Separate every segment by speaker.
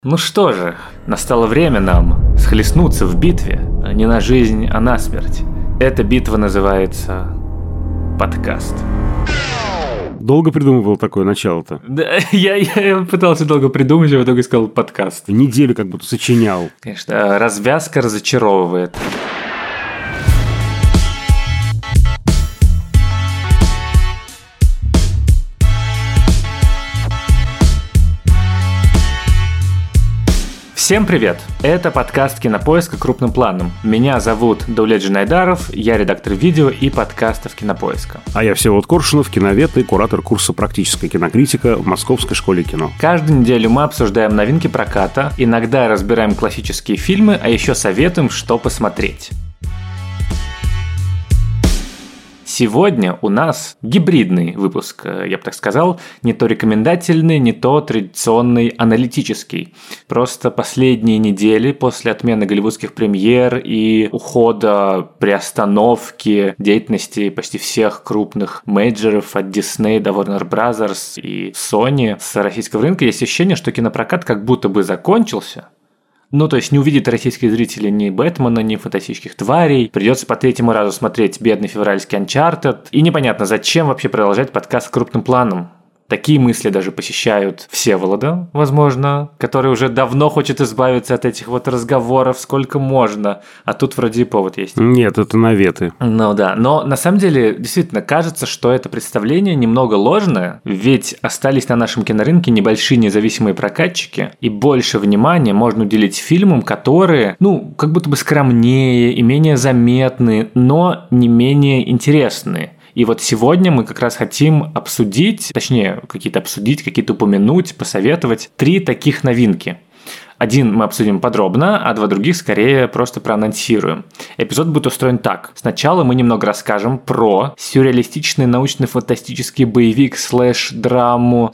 Speaker 1: Ну что же, настало время нам схлестнуться в битве, не на жизнь, а на смерть. Эта битва называется подкаст.
Speaker 2: Долго придумывал такое начало-то?
Speaker 1: Да, я пытался долго придумать, а в итоге сказал подкаст.
Speaker 2: Неделю как будто сочинял.
Speaker 1: Конечно, развязка разочаровывает. Всем привет! Это подкаст «Кинопоиска. Крупным планом». Меня зовут Даулет Джинайдаров, я редактор видео и подкастов «Кинопоиска».
Speaker 2: А я Всеволод Коршунов, киновед и куратор курса «Практическая кинокритика» в Московской школе кино.
Speaker 1: Каждую неделю мы обсуждаем новинки проката, иногда разбираем классические фильмы, а еще советуем, что посмотреть. Сегодня у нас гибридный выпуск, я бы так сказал, не то рекомендательный, не то традиционный аналитический. Просто последние недели после отмены голливудских премьер и ухода, приостановки деятельности почти всех крупных мейджоров от Disney до Warner Bros. И Sony с российского рынка есть ощущение, что кинопрокат как будто бы закончился. Ну, то есть не увидит российские зрители ни Бэтмена, ни фантастических тварей. Придется по третьему разу смотреть бедный февральский Uncharted. И непонятно, зачем вообще продолжать подкаст крупным планом. Такие мысли даже посещают Всеволода, возможно, который уже давно хочет избавиться от этих вот разговоров, сколько можно. А тут вроде и повод есть.
Speaker 2: Нет, это наветы.
Speaker 1: Ну да, но на самом деле действительно кажется, что это представление немного ложное, ведь остались на нашем кинорынке небольшие независимые прокатчики, и больше внимания можно уделить фильмам, которые, как будто бы скромнее и менее заметны, но не менее интересные. И вот сегодня мы как раз хотим обсудить, какие-то упомянуть, посоветовать 3 таких новинки. Один мы обсудим подробно, а 2 других скорее просто проанонсируем. Эпизод будет устроен так. Сначала мы немного расскажем про сюрреалистичный научно-фантастический боевик /драму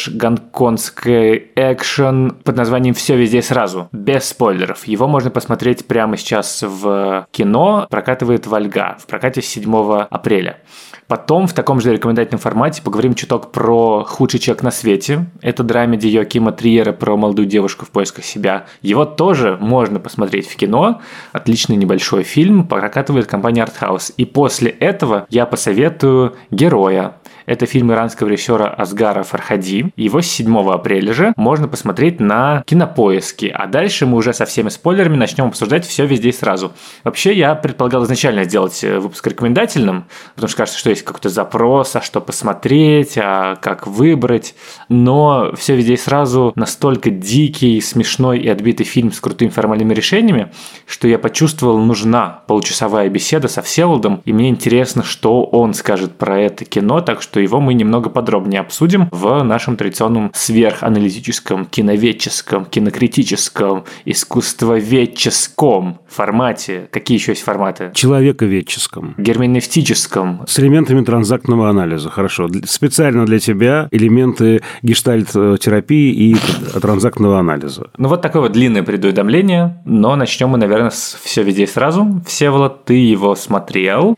Speaker 1: /гонконгский экшен под названием «Все везде сразу», без спойлеров. Его можно посмотреть прямо сейчас в кино, прокатывает Вольга в прокате с 7 апреля. Потом в таком же рекомендательном формате поговорим чуток про «Худший человек на свете». Это драмеди Йоакима Триера про молодую девушку в поисках себя. Его тоже можно посмотреть в кино. Отличный небольшой фильм, прокатывает компания Артхаус. И после этого я посоветую «Героя». Это фильм иранского режиссера Асгара Фархади. Его с 7 апреля же можно посмотреть на Кинопоиске. А дальше мы уже со всеми спойлерами начнем обсуждать все везде и сразу. Вообще, я предполагал изначально сделать выпуск рекомендательным, потому что кажется, что есть какой-то запрос, а что посмотреть, а как выбрать. Но все везде и сразу настолько дикий, смешной и отбитый фильм с крутыми формальными решениями, что я почувствовал, нужна получасовая беседа со Всеволодом, и мне интересно, что он скажет про это кино, так что его мы немного подробнее обсудим в нашем традиционном сверханалитическом, киноведческом, кинокритическом, искусствоведческом формате. Какие еще есть форматы?
Speaker 2: Человековедческом.
Speaker 1: Герменевтическом.
Speaker 2: С элементами транзактного анализа. Хорошо. Специально для тебя элементы гештальт-терапии и транзактного анализа.
Speaker 1: Вот такое вот длинное предуведомление, но начнем мы, наверное, с «Все везде и сразу». Всеволод, ты его смотрел,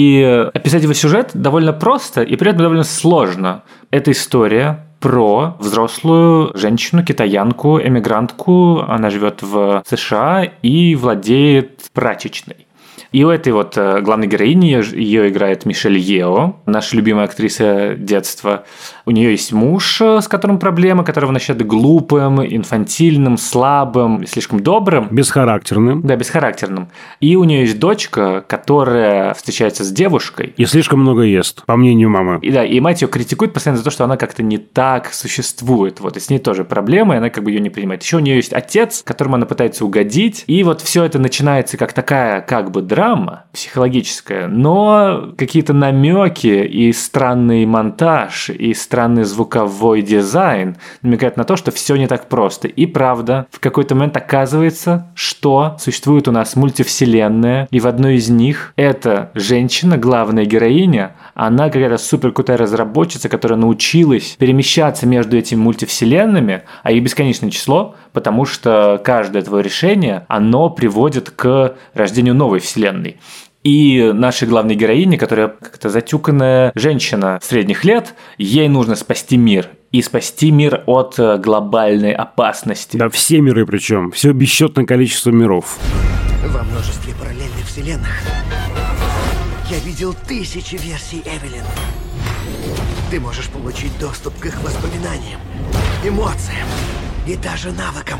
Speaker 1: и описать его сюжет довольно просто и при этом довольно сложно. Это история про взрослую женщину-китаянку, эмигрантку. Она живет в США и владеет прачечной. И у этой вот главной героини, ее играет Мишель Ео, наша любимая актриса детства. У нее есть муж, с которым проблемы, которого она считает глупым, инфантильным, слабым, слишком добрым.
Speaker 2: Бесхарактерным.
Speaker 1: Да, бесхарактерным. И у нее есть дочка, которая встречается с девушкой.
Speaker 2: И слишком много ест, по мнению мамы.
Speaker 1: И мать ее критикует постоянно за то, что она как-то не так существует. Вот, и с ней тоже проблемы, и она как бы ее не принимает. Еще у нее есть отец, которому она пытается угодить. И вот все это начинается как такая как бы драма психологическая, но какие-то намеки и странный монтаж, и странный звуковой дизайн намекают на то, что все не так просто. И правда, в какой-то момент оказывается, что существует у нас мультивселенная, и в одной из них эта женщина, главная героиня, она какая-то суперкрутая разработчица, которая научилась перемещаться между этими мультивселенными, а их бесконечное число, потому что каждое твое решение, оно приводит к рождению новой вселенной. И нашей главной героине, которая как-то затюканная женщина средних лет, ей нужно спасти мир. и спасти мир от глобальной опасности.
Speaker 2: Да, все миры причем, все бесчетное количество миров.
Speaker 3: Во множестве параллельных вселенных я видел тысячи версий Эвелин. Ты можешь получить доступ к их воспоминаниям, эмоциям и даже навыкам.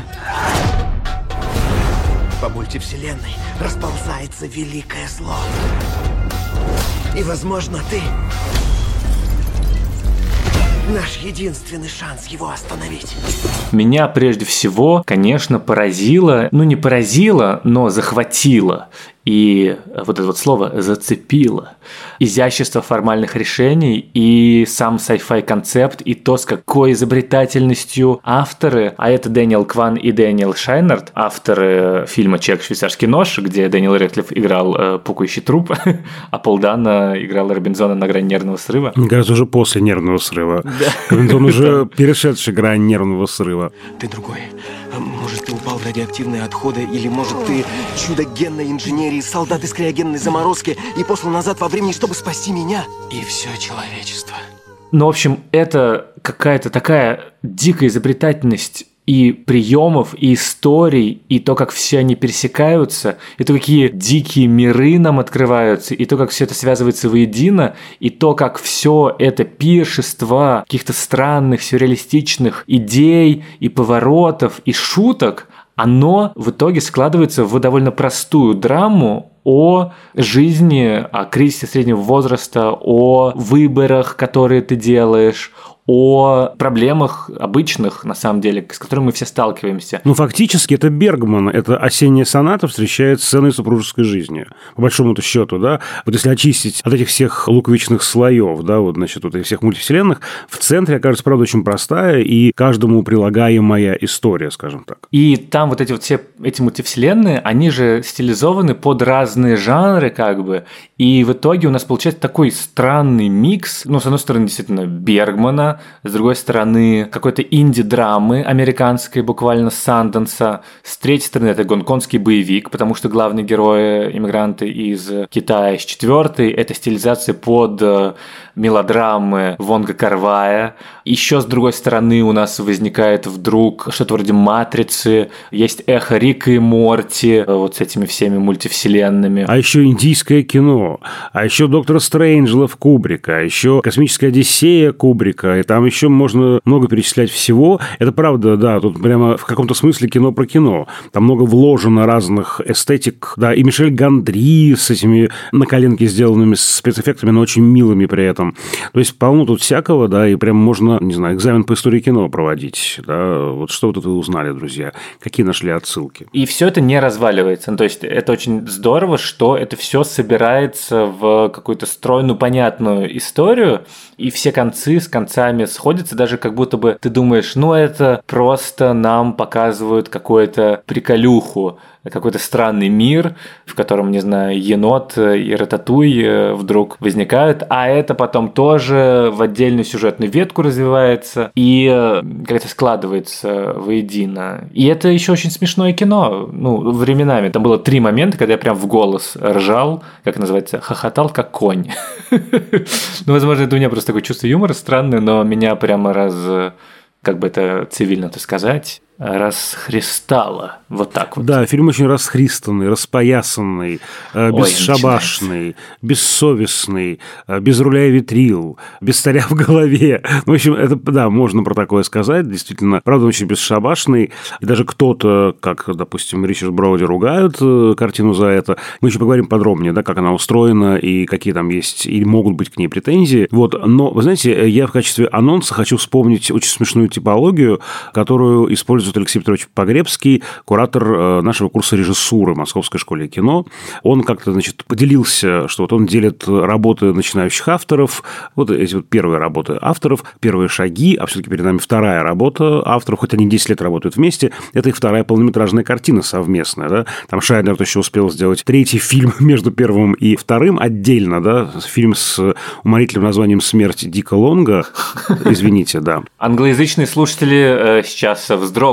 Speaker 3: По мультивселенной расползается великое зло. И, возможно, ты наш единственный шанс его остановить.
Speaker 1: Меня прежде всего, конечно, поразило, не поразило, но захватило. И вот это вот слово «зацепило». Изящество формальных решений и сам sci-fi концепт, и то, с какой изобретательностью авторы, а это Дэниел Кван и Дэниел Шайнард, авторы фильма «Человек швейцарский нож», где Дэниел Рэдклифф играл пукающий труп, а Пол Дано играл Робинзона на грани нервного срыва.
Speaker 2: Мне кажется, уже после нервного срыва. Робинзон уже перешедший грань нервного срыва.
Speaker 3: Ты другой. Может, ты упал в радиоактивные отходы, или, может, ты чудо генной инженерии, солдат из криогенной заморозки и послан назад во времени, чтобы спасти меня и все человечество.
Speaker 1: В общем, это какая-то такая дикая изобретательность и приемов, и историй, и то, как все они пересекаются, и то, какие дикие миры нам открываются, и то, как все это связывается воедино, и то, как все это пиршество каких-то странных, сюрреалистичных идей, и поворотов, и шуток, оно в итоге складывается в довольно простую драму о жизни, о кризисе среднего возраста, о выборах, которые ты делаешь, о проблемах обычных, на самом деле, с которыми мы все сталкиваемся.
Speaker 2: Фактически это Бергман, это «Осенняя соната» встречает сцены супружеской жизни. По большому-то счету, да. Вот если очистить от этих всех луковичных слоев, да, вот этих всех мультивселенных, в центре окажется, правда, очень простая и каждому прилагаемая история, скажем так.
Speaker 1: И там вот все эти мультивселенные, они же стилизованы под разные жанры, и в итоге у нас получается такой странный микс, с одной стороны, действительно, Бергмана, с другой стороны, какой-то инди-драмы американской, буквально Санденса, с третьей стороны, это гонконгский боевик, потому что главные герои иммигранты из Китая, с четвертой, это стилизация под мелодрамы Вонга Кар-вая. Еще с другой стороны у нас возникает вдруг что-то вроде «Матрицы», есть эхо Рика и Морти, вот с этими всеми мультивселенными.
Speaker 2: А еще индийское кино, а еще «Доктора Стрейнджлов» Кубрика, а еще «Космическая Одиссея» Кубрика, и там еще можно много перечислять всего. Это правда, да, тут прямо в каком-то смысле кино про кино. Там много вложено разных эстетик, да, и Мишель Гондри с этими на коленке сделанными спецэффектами, но очень милыми при этом. То есть полно тут всякого, да, и прям можно, не знаю, экзамен по истории кино проводить, да. Вот что вот это вы узнали, друзья, какие нашли отсылки.
Speaker 1: И все это не разваливается, то есть это очень здорово, что это все собирается в какую-то стройную, понятную историю, и все концы с концами сходятся, даже как будто бы ты думаешь, это просто нам показывают какую-то приколюху, какой-то странный мир, в котором, не знаю, енот и рататуй вдруг возникают, а это потом тоже в отдельную сюжетную ветку развивается и как-то складывается воедино. И это еще очень смешное кино. Временами. Там было 3 момента, когда я прям в голос ржал, как называется, хохотал как конь. Возможно, это у меня просто такое чувство юмора странное, но меня прямо как бы это цивильно-то сказать, расхристало. Вот так вот.
Speaker 2: Да, фильм очень расхристанный, распоясанный, бесшабашный, бессовестный, без руля и ветрил, без царя в голове. В общем, это, да, можно про такое сказать. Действительно, правда, очень бесшабашный. И даже кто-то, как, допустим, Ричард Броуди, ругают картину за это. Мы еще поговорим подробнее, да, как она устроена и какие там есть или могут быть к ней претензии. Вот. Но, вы знаете, я в качестве анонса хочу вспомнить очень смешную типологию, которую использует Алексей Петрович Погребский, куратор нашего курса режиссуры в Московской школе кино. Он как-то, поделился, что вот он делит работы начинающих авторов, вот эти вот первые работы авторов, первые шаги, а все-таки перед нами вторая работа авторов, хоть они 10 лет работают вместе, это их вторая полнометражная картина совместная, да. Там Шайнерд еще успел сделать 3-й фильм между первым и вторым отдельно, да, фильм с уморительным названием «Смерть Дика Лонга», извините, да.
Speaker 1: Англоязычные слушатели сейчас вздрогнут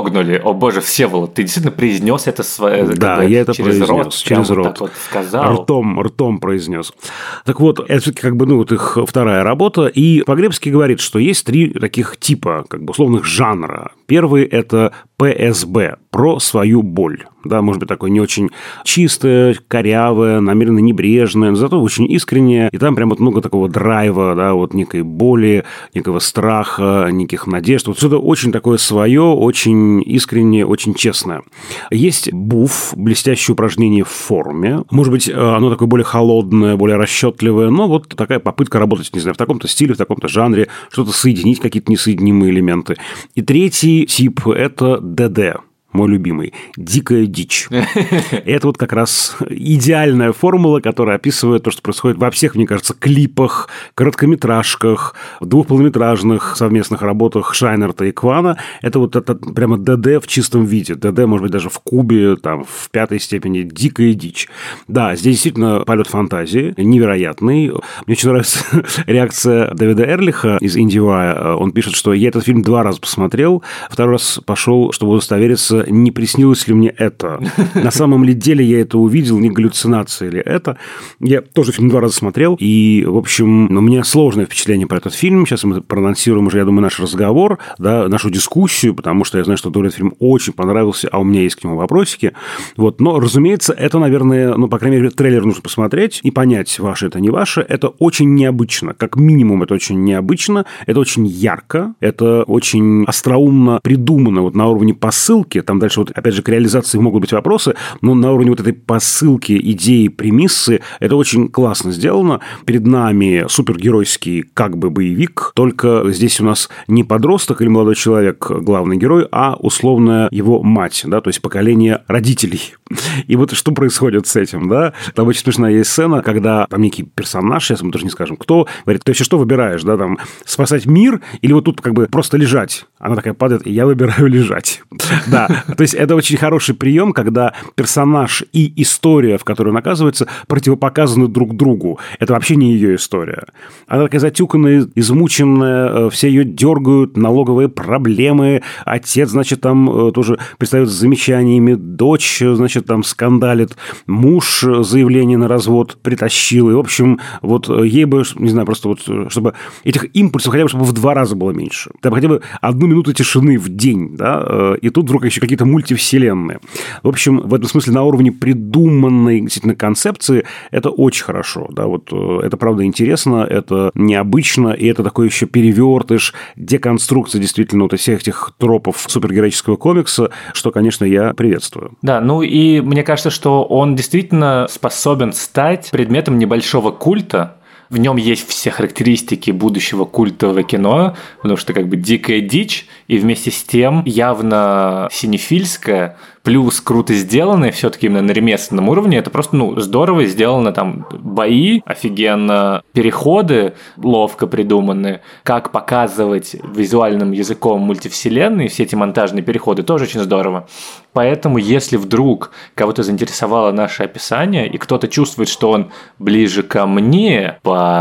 Speaker 1: дрогнули. О боже, Всеволод, ты действительно произнес это
Speaker 2: да, я это
Speaker 1: через
Speaker 2: произнес,
Speaker 1: рот,
Speaker 2: через рот.
Speaker 1: Так вот сказал.
Speaker 2: Ртом произнес. Так вот, это все-таки как бы, ну, вот их вторая работа. И Погребский говорит, что есть 3 таких типа, как бы условных жанра. Первый – это ПСБ, про свою боль. Да, может быть, такое не очень чистое, корявое, намеренно небрежное, но зато очень искреннее. И там прям вот много такого драйва, да, вот некой боли, некого страха, неких надежд. Вот что-то очень такое свое, очень искреннее, очень честное. Есть буф, блестящее упражнение в форме. Может быть, оно такое более холодное, более расчетливое, но вот такая попытка работать, не знаю, в таком-то стиле, в таком-то жанре, что-то соединить, какие-то несоединимые элементы. И третий тип – это ДД. Мой любимый. Дикая дичь. Это вот как раз идеальная формула, которая описывает то, что происходит во всех, мне кажется, клипах, короткометражках, двухполнометражных совместных работах Шайнерта и Квана. Это вот это прямо ДД в чистом виде. ДД, может быть, даже в кубе, там, в 5 степени. Дикая дичь. Да, здесь действительно полет фантазии, невероятный. Мне очень нравится реакция Дэвида Эрлиха из IndieWire. Он пишет, что я этот фильм 2 раза посмотрел, 2-й раз пошел, чтобы удостовериться, не приснилось ли мне это. На самом ли деле я это увидел, не галлюцинация ли это. Я тоже фильм 2 раза смотрел, и, в общем, у меня сложное впечатление про этот фильм. Сейчас мы проанонсируем уже, я думаю, наш разговор, да, нашу дискуссию, потому что я знаю, что Доле этот фильм очень понравился, а у меня есть к нему вопросики. Вот. Но, разумеется, это, наверное, ну, по крайней мере, трейлер нужно посмотреть и понять, ваше это, не ваше. Это очень необычно. Как минимум, это очень необычно, это очень ярко, это очень остроумно придумано вот на уровне посылки. Там дальше, вот, опять же, к реализации могут быть вопросы, но на уровне вот этой посылки, идеи, премиссы, это очень классно сделано. Перед нами супергеройский как бы боевик, только здесь у нас не подросток или молодой человек главный герой, а условная его мать, да, то есть поколение родителей. И вот что происходит с этим, да? Там очень смешная есть сцена, когда там некий персонаж, сейчас мы даже не скажем, кто, говорит, ты вообще что выбираешь, да, там, спасать мир или вот тут как бы просто лежать? Она такая падает, и я выбираю лежать. Да, то есть это очень хороший прием, когда персонаж и история, в которой он оказывается, противопоказаны друг другу. Это вообще не ее история. Она такая затюканная, измученная, все ее дергают, налоговые проблемы, отец, значит, там тоже пристает с замечаниями, дочь, значит, там скандалит, муж заявление на развод притащил, и, в общем, вот ей бы, не знаю, просто вот, чтобы этих импульсов хотя бы, чтобы в 2 раза было меньше. Там хотя бы 1 минуту тишины в день, да, и тут вдруг еще какие-то мультивселенные. В общем, в этом смысле на уровне придуманной действительно концепции это очень хорошо, да, вот это правда интересно, это необычно, и это такой еще перевертыш, деконструкция действительно вот всех этих тропов супергероического комикса, что, конечно, я приветствую.
Speaker 1: Да, ну и мне кажется, что он действительно способен стать предметом небольшого культа. В нем есть все характеристики будущего культового кино, потому что как бы дикая дичь, и вместе с тем явно синефильская, плюс круто сделанное, все-таки именно на ремесленном уровне. Это просто, ну, здорово сделано, там бои, офигенно, переходы ловко придуманы, как показывать визуальным языком мультивселенные, все эти монтажные переходы, тоже очень здорово. Поэтому, если вдруг кого-то заинтересовало наше описание, и кто-то чувствует, что он ближе ко мне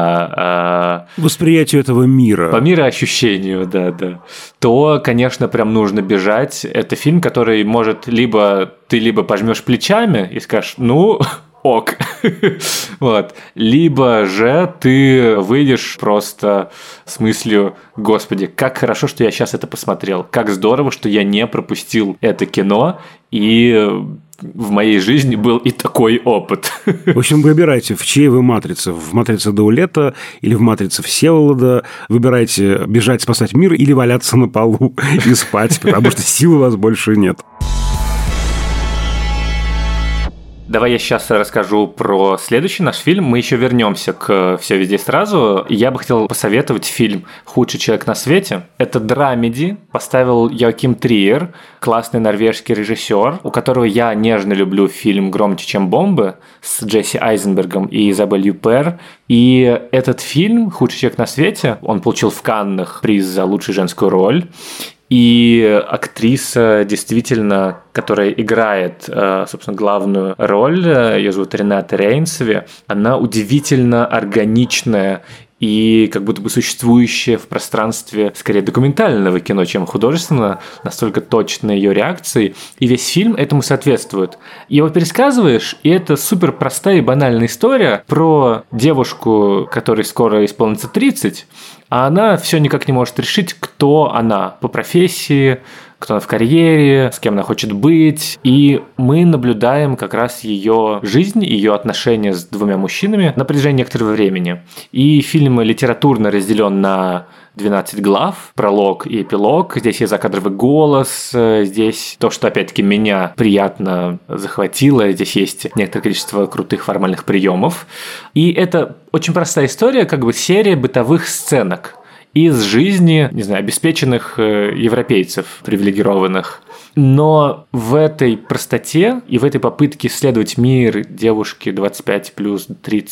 Speaker 1: по
Speaker 2: восприятию этого мира,
Speaker 1: по мироощущению, да, то, конечно, прям нужно бежать. Это фильм, который может ты либо пожмешь плечами и скажешь, ну, ок, вот, либо же ты выйдешь просто с мыслью, господи, как хорошо, что я сейчас это посмотрел, как здорово, что я не пропустил это кино, и в моей жизни был и такой опыт.
Speaker 2: В общем, выбирайте, в чьей вы матрице. В матрице Даулета или в матрице Всеволода. Выбирайте бежать, спасать мир или валяться на полу и спать, потому что сил у вас больше нет.
Speaker 1: Давай я сейчас расскажу про следующий наш фильм. Мы еще вернемся к «Все везде сразу». Я бы хотел посоветовать фильм «Худший человек на свете». Это драмеди. Поставил Йоаким Триер, классный норвежский режиссер, у которого я нежно люблю фильм «Громче, чем бомбы» с Джесси Айзенбергом и Изабель Юпер. И этот фильм «Худший человек на свете», он получил в Каннах приз за лучшую женскую роль. И актриса, действительно, которая играет, собственно, главную роль, ее зовут Рената Рейнсови, она удивительно органичная и как будто бы существующее в пространстве скорее документального кино, чем художественного, настолько точны ее реакции, и весь фильм этому соответствует. Его пересказываешь, и это супер простая и банальная история про девушку, которой скоро исполнится 30, а она все никак не может решить, кто она по профессии, кто она в карьере, с кем она хочет быть. И мы наблюдаем как раз ее жизнь, ее отношения с двумя мужчинами на протяжении некоторого времени. И фильм литературно разделен на 12 глав, пролог и эпилог. Здесь есть закадровый голос, здесь то, что, опять-таки, меня приятно захватило. Здесь есть некоторое количество крутых формальных приемов. И это очень простая история, как бы серия бытовых сценок из жизни, не знаю, обеспеченных европейцев, привилегированных. Но в этой простоте и в этой попытке исследовать мир девушки 25+,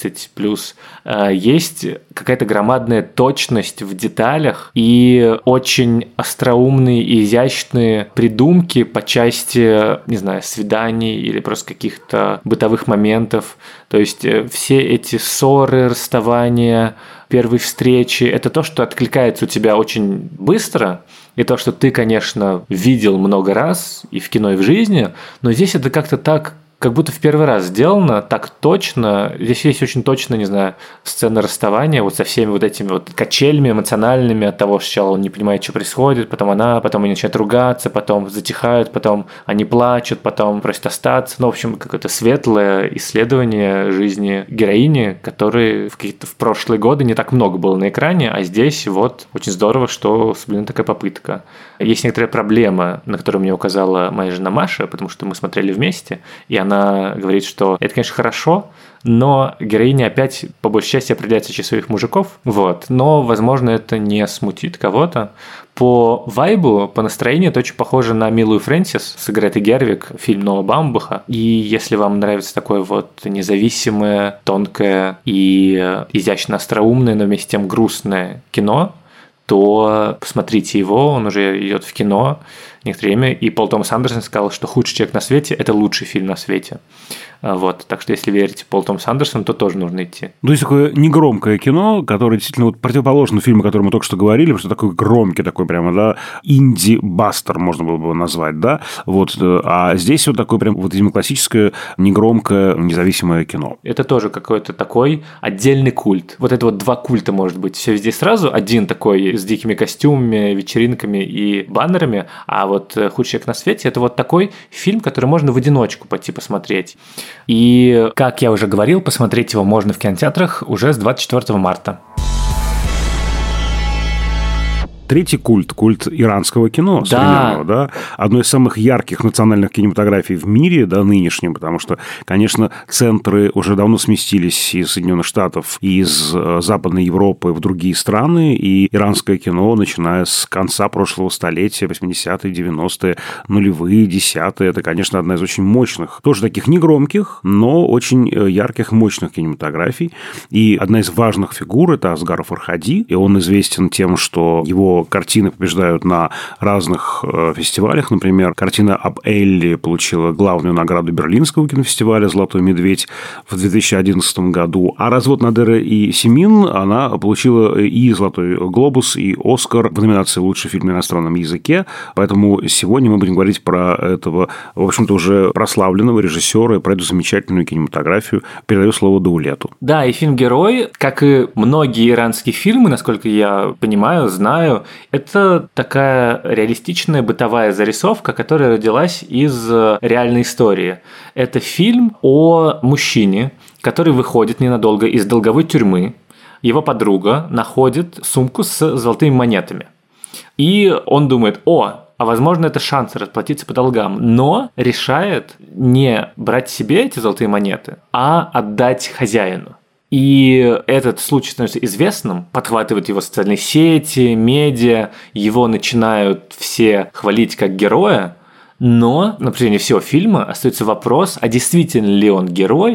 Speaker 1: 30+, есть какая-то громадная точность в деталях и очень остроумные и изящные придумки по части, не знаю, свиданий или просто каких-то бытовых моментов. То есть все эти ссоры, расставания, первые встречи – это то, что откликается у тебя очень быстро, и то, что ты, конечно, видел много раз и в кино, и в жизни, но здесь это как-то так, как будто в первый раз сделано, так точно. Здесь есть очень точно, не знаю, сцена расставания вот со всеми вот этими вот качелями эмоциональными от того, что сначала он не понимает, что происходит, потом она, потом они начинают ругаться, потом затихают, потом они плачут, потом просят остаться. Ну, в общем, какое-то светлое исследование жизни героини, которой в прошлые годы не так много было на экране, а здесь вот очень здорово, что соблюдена такая попытка. Есть некоторая проблема, на которую мне указала моя жена Маша, потому что мы смотрели вместе, и она говорит, что это, конечно, хорошо, но героиня опять, по большей части, определяется через своих мужиков. Вот. Но, возможно, это не смутит кого-то. По вайбу, по настроению это очень похоже на «Милую Фрэнсис» с Гретой Гервиг, фильм Ноа Баумбаха. И если вам нравится такое вот независимое, тонкое и изящно остроумное, но вместе с тем грустное кино, то посмотрите его, он уже идет в кино некоторое время, и Пол Томас Андерсон сказал, что «Худший человек на свете» – это лучший фильм на свете. Вот. Так что, если верите Полу Томасу Андерсону, то тоже нужно идти.
Speaker 2: То есть, такое негромкое кино, которое действительно вот противоположно фильму, о котором мы только что говорили, потому что такой громкий, такой прямо, да, инди-бастер можно было бы его назвать, да, вот, а здесь вот такое прям вот, видимо, классическое, негромкое, независимое кино.
Speaker 1: Это тоже какой-то такой отдельный культ. Вот это вот два культа, может быть, все везде сразу. Один такой с дикими костюмами, вечеринками и баннерами, а вот «Худший человек на свете» – это вот такой фильм, который можно в одиночку пойти посмотреть. И, как я уже говорил, посмотреть его можно в кинотеатрах уже с 24 марта.
Speaker 2: Третий культ иранского кино современного, да, одно из самых ярких национальных кинематографий в мире, да, нынешнем, потому что, конечно, центры уже давно сместились из Соединенных Штатов, из Западной Европы в другие страны, и иранское кино, начиная с конца прошлого столетия, 80-е, 90-е, нулевые, десятые, это, конечно, одна из очень мощных, тоже таких негромких, но очень ярких, мощных кинематографий, и одна из важных фигур – это Асгар Фархади, и он известен тем, что его картины побеждают на разных фестивалях. Например, картина об Элли получила главную награду Берлинского кинофестиваля «Золотой медведь» в 2011 году. А «Развод Надера и Симин» она получила и «Золотой глобус», и «Оскар» в номинации «Лучший фильм на иностранном языке». Поэтому сегодня мы будем говорить про этого, в общем-то, уже прославленного режиссера и про эту замечательную кинематографию. Передаю слово Даулету.
Speaker 1: Да, и фильм «Герой», как и многие иранские фильмы, насколько я понимаю, знаю, это такая реалистичная бытовая зарисовка, которая родилась из реальной истории. Это фильм о мужчине, который выходит ненадолго из долговой тюрьмы. Его подруга находит сумку с золотыми монетами. И он думает: а возможно, это шанс расплатиться по долгам. Но решает не брать себе эти золотые монеты, а отдать хозяину. И этот случай становится известным, подхватывают его социальные сети, медиа, его начинают все хвалить как героя, но на протяжении всего фильма остается вопрос, а действительно ли он герой,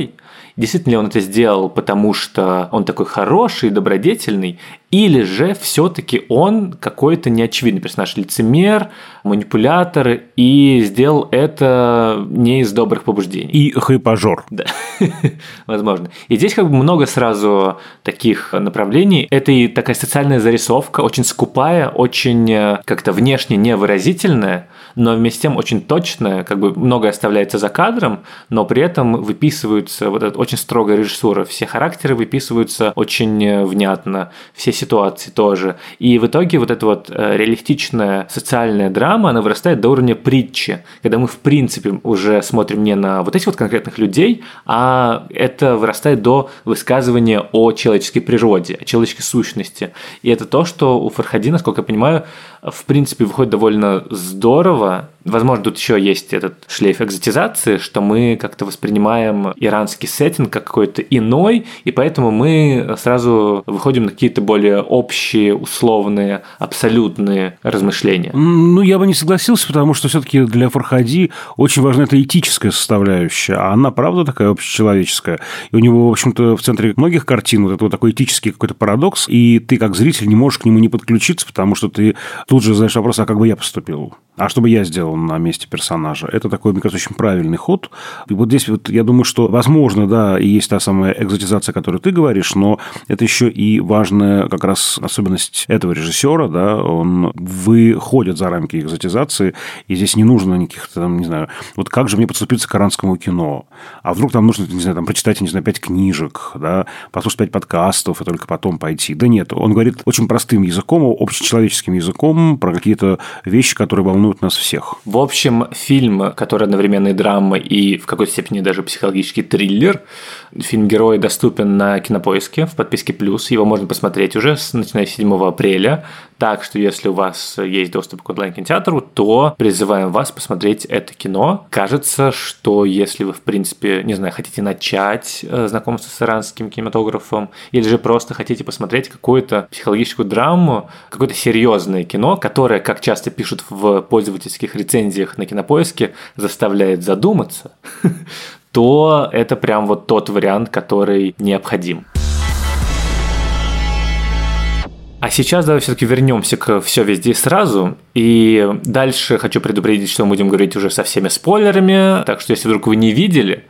Speaker 1: действительно ли он это сделал, потому что он такой хороший, добродетельный, или же все-таки он какой-то неочевидный персонаж, лицемер, манипулятор, и сделал это не из добрых побуждений.
Speaker 2: И хайпажор.
Speaker 1: Да, возможно. И здесь как бы много сразу таких направлений. Это и такая социальная зарисовка, очень скупая, очень как-то внешне невыразительная, но вместе с тем очень точная, как бы многое оставляется за кадром, но при этом выписываются, вот эта очень строгая режиссура, все характеры выписываются очень внятно, все ситуации тоже. И в итоге вот эта вот реалистичная социальная драма, она вырастает до уровня притчи, когда мы в принципе уже смотрим не на вот этих вот конкретных людей, а это вырастает до высказывания о человеческой природе, о человеческой сущности. И это то, что у Фархади, насколько я понимаю, в принципе выходит довольно здорово. Возможно, тут еще есть этот шлейф экзотизации, что мы как-то воспринимаем иранский сеттинг как какой-то иной, и поэтому мы сразу выходим на какие-то более общие, условные, абсолютные размышления.
Speaker 2: Ну, я бы не согласился, потому что все-таки для Фархади очень важна эта этическая составляющая, а она, правда, такая общечеловеческая. И у него, в общем-то, в центре многих картин вот это вот такой этический какой-то парадокс, и ты, как зритель, не можешь к нему не подключиться, потому что ты тут же задаешь вопрос, а как бы я поступил? А что бы я сделал на месте персонажа? Это такой, мне кажется, очень правильный ход. И вот здесь вот я думаю, что, возможно, да, и есть та самая экзотизация, о которой ты говоришь, но это еще и важная как раз особенность этого режиссера, да, он выходит за рамки экзотизации, и здесь не нужно никаких там, не знаю, вот как же мне подступиться к иранскому кино? А вдруг там нужно, не знаю, там прочитать, не знаю, 5 книжек, да, послушать 5 подкастов и только потом пойти. Да нет, он говорит очень простым языком, общечеловеческим языком про какие-то вещи, которые волнуют нас всех.
Speaker 1: В общем, фильм, который одновременно и драма, и в какой-то степени даже психологический триллер. Фильм «Герои» доступен на Кинопоиске в подписке «Плюс». Его можно посмотреть уже начиная с 7 апреля. Так что, если у вас есть доступ к онлайн-кинотеатру, то призываем вас посмотреть это кино. Кажется, что если вы, в принципе, не знаю, хотите начать знакомство с иранским кинематографом, или же просто хотите посмотреть какую-то психологическую драму, какое-то серьезное кино, которое, как часто пишут в пользовательских рецензиях на Кинопоиске, заставляет задуматься, то это прям вот тот вариант, который необходим. А сейчас давай все-таки вернемся к «Все везде и сразу». И дальше хочу предупредить, что мы будем говорить уже со всеми спойлерами. Так что если вдруг вы не видели,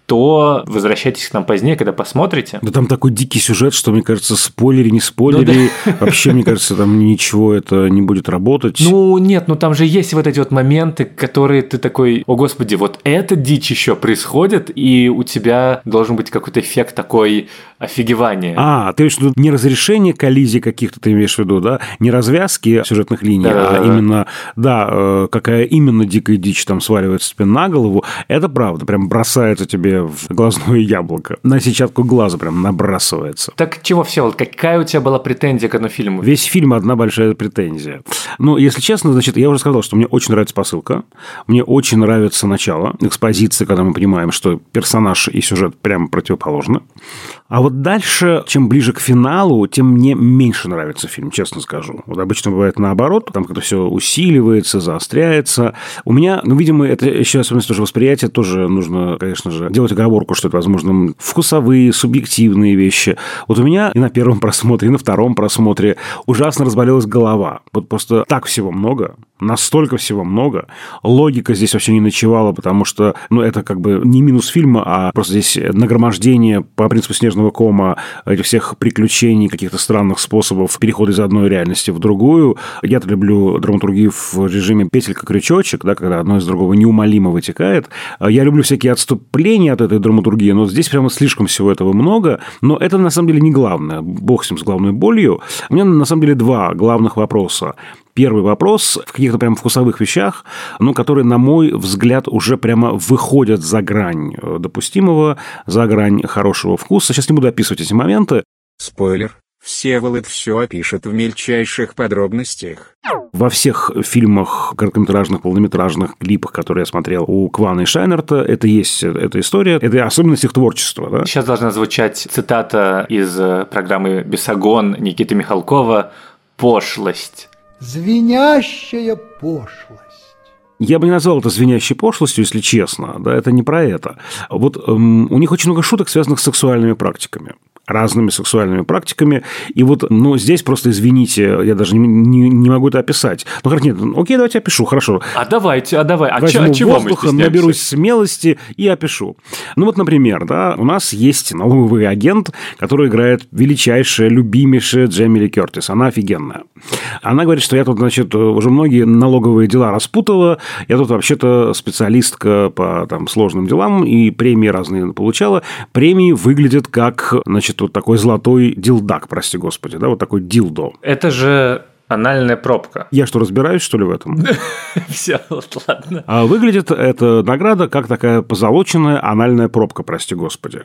Speaker 1: то возвращайтесь к нам позднее, когда посмотрите.
Speaker 2: Да там такой дикий сюжет, что, мне кажется, спойлери, не спойлери, вообще, мне кажется, там ничего это не будет работать.
Speaker 1: Ну, нет, ну там же есть вот эти вот моменты, которые ты такой, о господи, вот эта дичь еще происходит, и у тебя должен быть какой-то эффект такой офигевания.
Speaker 2: А, ты имеешь в виду не разрешение коллизий каких-то, ты имеешь в виду, да? Не развязки сюжетных линий, а именно, да, какая именно дикая дичь там сваливается тебе на голову, это правда, прям бросается тебе в глазное яблоко. На сетчатку глаза прям набрасывается.
Speaker 1: Так чего, Всеволод, какая у тебя была претензия к этому фильму?
Speaker 2: Весь фильм одна большая претензия. Ну, если честно, значит, я уже сказал, что мне очень нравится посылка, мне очень нравится начало, экспозиция, когда мы понимаем, что персонаж и сюжет прям противоположны. А вот дальше, чем ближе к финалу, тем мне меньше нравится фильм, честно скажу. Вот обычно бывает наоборот, там как-то все усиливается, заостряется. У меня, ну, видимо, это еще особенность тоже восприятия, тоже нужно, конечно же, делать оговорку, что это, возможно, вкусовые, субъективные вещи. Вот у меня и на первом просмотре, и на втором просмотре ужасно разболелась голова. Вот просто так всего много, настолько всего много. Логика здесь вообще не ночевала, потому что, ну, это как бы не минус фильма, а просто здесь нагромождение по принципу снежного кома этих всех приключений, каких-то странных способов перехода из одной реальности в другую. Я-то люблю драматургию в режиме петелька-крючочек, да, когда одно из другого неумолимо вытекает. Я люблю всякие отступления от этой драматургии, но здесь прямо слишком всего этого много. Но это на самом деле не главное. Бог с ним, с головной болью. У меня на самом деле два главных вопроса. Первый вопрос в каких-то прям вкусовых вещах, но которые, на мой взгляд, уже прямо выходят за грань допустимого, за грань хорошего вкуса. Сейчас не буду описывать эти моменты.
Speaker 4: Спойлер. Всеволод все опишет в мельчайших подробностях.
Speaker 2: Во всех фильмах, короткометражных, полнометражных, клипах, которые я смотрел у Квана и Шайнерта, это есть эта история, это особенность их творчества. Да?
Speaker 1: Сейчас должна звучать цитата из программы «Бесогон» Никиты Михалкова «Пошлость».
Speaker 5: Звенящая пошлость.
Speaker 2: Я бы не назвал это звенящей пошлостью, если честно. Да, это не про это. Вот у них очень много шуток, связанных с сексуальными практиками. Разными сексуальными практиками. И вот, здесь просто, извините, я даже не могу это описать. Ну, как нет, окей, давайте опишу, хорошо.
Speaker 1: Давай.
Speaker 2: Возьму воздуха, наберусь смелости и опишу. Ну, вот, например, да, у нас есть налоговый агент, который играет величайшая, любимейшая Джейми Ли Кертис. Она офигенная. Она говорит, что я тут, значит, уже многие налоговые дела распутала, я тут вообще-то специалистка по сложным делам, и премии разные получала. Премии выглядят как, значит, вот такой золотой дилдак, прости господи, да, вот такой дилдо.
Speaker 1: Это же анальная пробка.
Speaker 2: Я что, разбираюсь, что ли, в этом?
Speaker 1: Все, ладно.
Speaker 2: А выглядит эта награда как такая позолоченная анальная пробка, прости господи.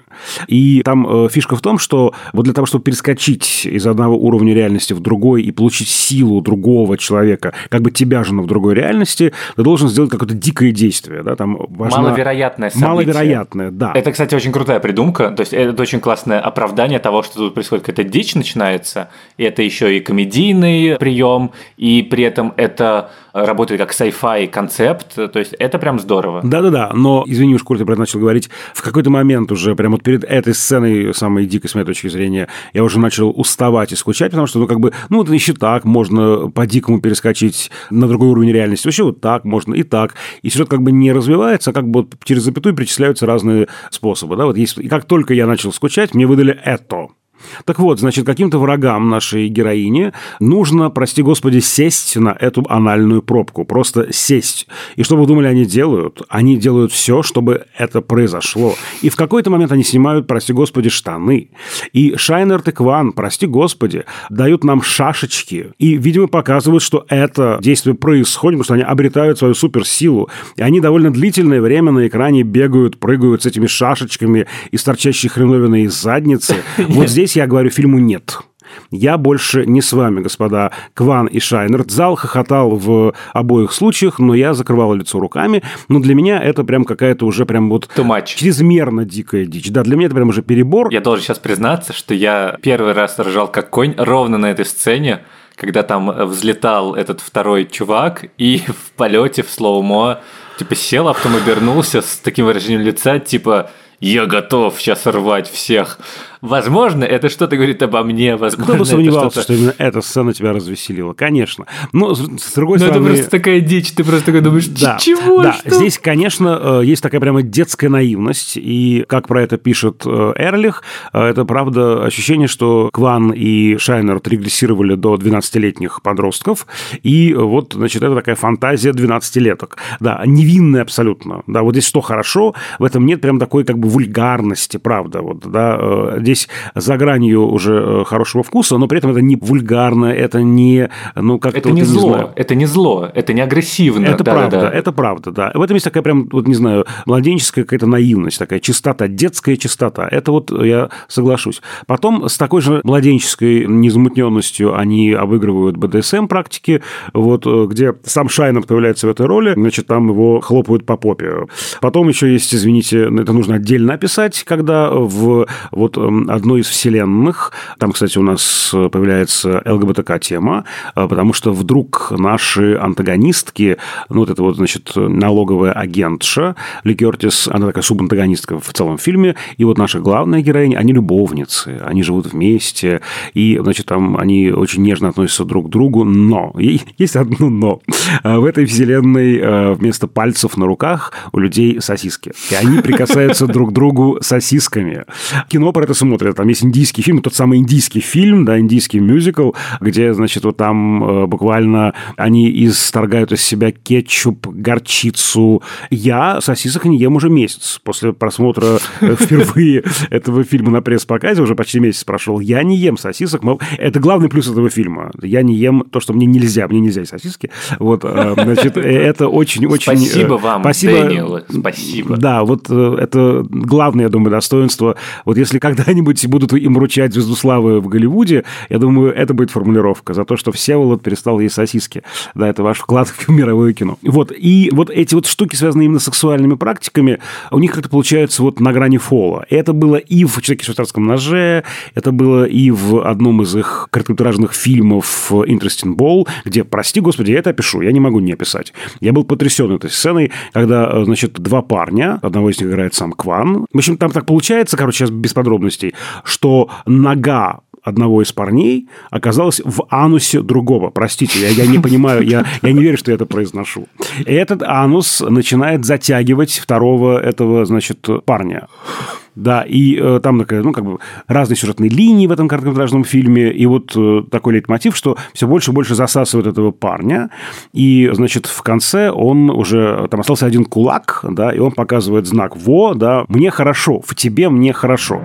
Speaker 2: И там фишка в том, что вот для того, чтобы перескочить из одного уровня реальности в другой и получить силу другого человека, как бы тебя же, но в другой реальности, ты должен сделать какое-то дикое действие. Да? Там
Speaker 1: маловероятное событие.
Speaker 2: Маловероятное, да.
Speaker 1: Это, кстати, очень крутая придумка. То есть, это очень классное оправдание того, что тут происходит какая-то дичь начинается. И это еще и комедийный прием, и при этом это работает как sci-fi концепт, то есть это прям здорово.
Speaker 2: Да-да-да, но, извини уж, коль ты про это начал говорить, в какой-то момент уже прямо вот перед этой сценой, самой дикой с моей точки зрения, я уже начал уставать и скучать, потому что, это еще так, можно по-дикому перескочить на другой уровень реальности, вообще вот так можно и так, и сюжет как бы не развивается, а как бы вот через запятую перечисляются разные способы, да, вот есть, и как только я начал скучать, мне выдали это. Так вот, значит, каким-то врагам нашей героини нужно, прости господи, сесть на эту анальную пробку. Просто сесть. И что вы думали, они делают? Они делают все, чтобы это произошло. И в какой-то момент они снимают, прости господи, штаны. И Шайнерт и Кван, прости господи, дают нам шашечки. И, видимо, показывают, что это действие происходит, потому что они обретают свою суперсилу. И они довольно длительное время на экране бегают, прыгают с этими шашечками из торчащей хреновины из задницы. Вот здесь я говорю фильму «нет». Я больше не с вами, господа Кван и Шайнерт. Зал хохотал в обоих случаях, но я закрывал лицо руками. Но для меня это прям какая-то уже прям вот чрезмерно дикая дичь. Да, для меня это прям уже перебор.
Speaker 1: Я должен сейчас признаться, что я первый раз ржал как конь ровно на этой сцене, когда там взлетал этот второй чувак и в полете в слоумо сел, а потом обернулся с таким выражением лица, «Я готов сейчас рвать всех». Возможно, это что-то говорит обо мне. Возможно,
Speaker 2: кто бы сомневался, что именно эта сцена тебя развеселила. Конечно. Но, с другой стороны...
Speaker 1: это просто такая дичь. Ты просто такой думаешь, чего?
Speaker 2: Да, что? Здесь, конечно, есть такая прямо детская наивность. И, как про это пишет Эрлих, это, правда, ощущение, что Кван и Шайнерт регрессировали до 12-летних подростков. И вот, значит, это такая фантазия 12-леток. Да, невинная абсолютно. Да, вот здесь что хорошо, в этом нет прям такой как бы вульгарности, правда. Вот, да, здесь за гранью уже хорошего вкуса, но при этом это не вульгарно, это не...
Speaker 1: это не зло, это не зло, это не агрессивно.
Speaker 2: Это правда, это правда, да. В этом есть такая прям, младенческая какая-то наивность, такая чистота, детская чистота. Это вот я соглашусь. Потом с такой же младенческой незамутненностью они обыгрывают БДСМ-практики, вот, где сам Шайнерт появляется в этой роли, значит, там его хлопают по попе. Потом еще есть, извините, это нужно отдельно описать, когда в одной из вселенных, там, кстати, у нас появляется ЛГБТК-тема, потому что вдруг наши антагонистки, значит, налоговая агентша Ли Кертис, она такая субантагонистка в целом фильме, и вот наша главная героиня, они любовницы, они живут вместе, и, значит, там они очень нежно относятся друг к другу, но, есть одно но, в этой вселенной вместо пальцев на руках у людей сосиски, и они прикасаются друг к другу сосисками. Кино про это смотрят. Там есть индийский фильм, тот самый индийский фильм, да, индийский мюзикл, где, значит, вот там буквально они исторгают из себя кетчуп, горчицу. Я сосисок не ем уже месяц. После просмотра впервые этого фильма на пресс-показе, уже почти месяц прошел, я не ем сосисок. Это главный плюс этого фильма. Я не ем то, что мне нельзя есть сосиски. Вот, значит, это очень-очень...
Speaker 1: Спасибо вам, Дэниел, спасибо.
Speaker 2: Да, вот это главное, я думаю, достоинство. Вот если когда-нибудь когда-нибудь будут им вручать звезду славы в Голливуде, я думаю, это будет формулировка за то, что Всеволод перестал есть сосиски. Да, это ваш вклад в мировое кино. Вот. И вот эти вот штуки, связанные именно с сексуальными практиками, у них как-то получается вот на грани фола. Это было и в «Человеке в швейцарском ноже», это было и в одном из их короткометражных фильмов «Interesting Ball», где, прости господи, я это опишу, я не могу не описать. Я был потрясен этой сценой, когда, значит, два парня, одного из них играет сам Кван. В общем, там так получается, короче, сейчас без подробностей, что нога одного из парней оказалась в анусе другого. Простите, я не понимаю, я не верю, что я это произношу. И этот анус начинает затягивать второго этого, значит, парня. Да, и там такая, ну, как бы разные сюжетные линии в этом короткометражном фильме, и вот такой лейтмотив, что все больше и больше засасывает этого парня, и, значит, в конце он уже, там остался один кулак, да, и он показывает знак «Во», да, «Мне хорошо, в тебе мне хорошо».